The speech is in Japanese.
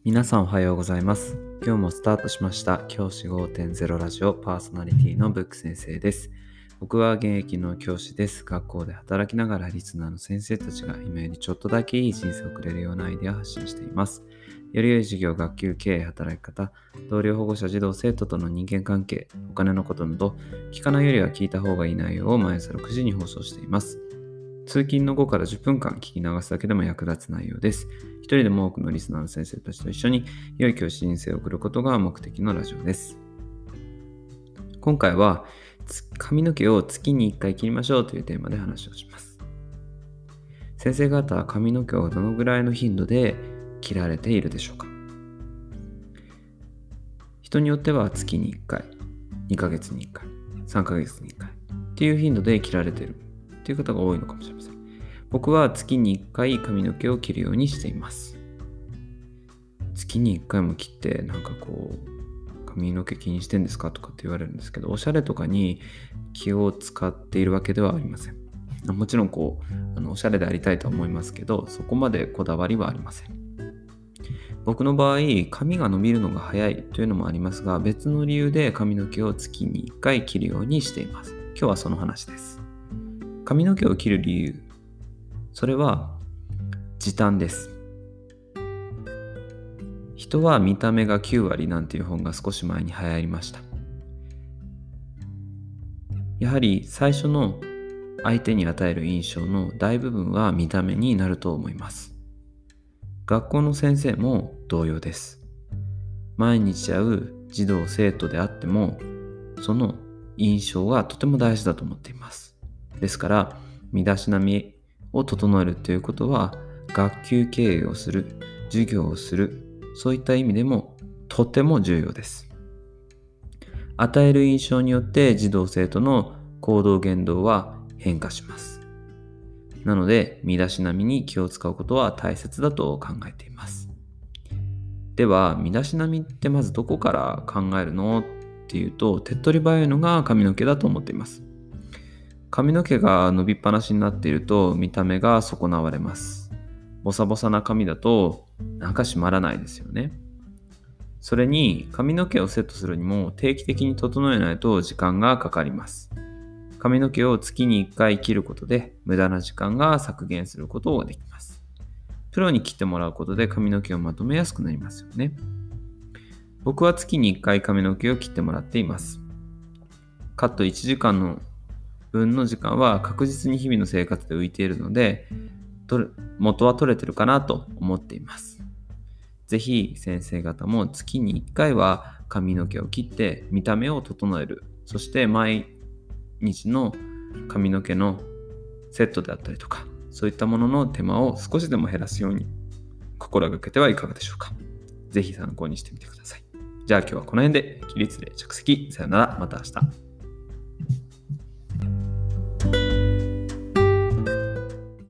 皆さんおはようございます。今日もスタートしました教師 5.0 ラジオパーソナリティのブック先生です。僕は現役の教師です。学校で働きながらリスナーの先生たちが今よりちょっとだけいい人生を送れるようなアイデアを発信しています。より良い授業、学級経営、働き方、同僚、保護者、児童、生徒との人間関係、お金のことなど、聞かないよりは聞いた方がいい内容を毎朝6時に放送しています。通勤の5から10分間聞き流すだけでも役立つ内容です。一人でも多くのリスナーの先生たちと一緒に良い教師人生を送ることが目的のラジオです。今回は髪の毛を月に1回切りましょうというテーマで話をします。先生方は髪の毛をどのぐらいの頻度で切られているでしょうか。人によっては月に1回、2ヶ月に1回、3ヶ月に1回っていう頻度で切られているという方が多いのかもしれません。僕は月に1回髪の毛を切るようにしています。月に1回も切って髪の毛気にしてんですかとかって言われるんですけど、おしゃれとかに気を使っているわけではありません。もちろんおしゃれでありたいとは思いますけど、そこまでこだわりはありません。僕の場合、髪が伸びるのが早いというのもありますが、別の理由で髪の毛を月に1回切るようにしています。今日はその話です。髪の毛を切る理由、それは時短です。人は見た目が9割なんていう本が少し前に流行りました。やはり最初の相手に与える印象の大部分は見た目になると思います。学校の先生も同様です。毎日会う児童生徒であっても、その印象がとても大事だと思っています。ですから、身だしなみを整えるということは、学級経営をする、授業をする、そういった意味でもとても重要です。与える印象によって児童生徒の行動言動は変化します。なので、身だしなみに気を使うことは大切だと考えています。では、身だしなみってまずどこから考えるのっていうと、手っ取り早いのが髪の毛だと思っています。髪の毛が伸びっぱなしになっていると見た目が損なわれます。ボサボサな髪だと締まらないですよね。それに髪の毛をセットするにも定期的に整えないと時間がかかります。髪の毛を月に1回切ることで無駄な時間が削減することができます。プロに切ってもらうことで髪の毛をまとめやすくなりますよね。僕は月に1回髪の毛を切ってもらっています。カット1時間の分の時間は確実に日々の生活で浮いているので、元は取れてるかなと思っています。ぜひ先生方も月に1回は髪の毛を切って見た目を整える。そして毎日の髪の毛のセットであったりとか、そういったものの手間を少しでも減らすように心がけてはいかがでしょうか。ぜひ参考にしてみてください。じゃあ今日はこの辺で起立例着席。さよなら。また明日。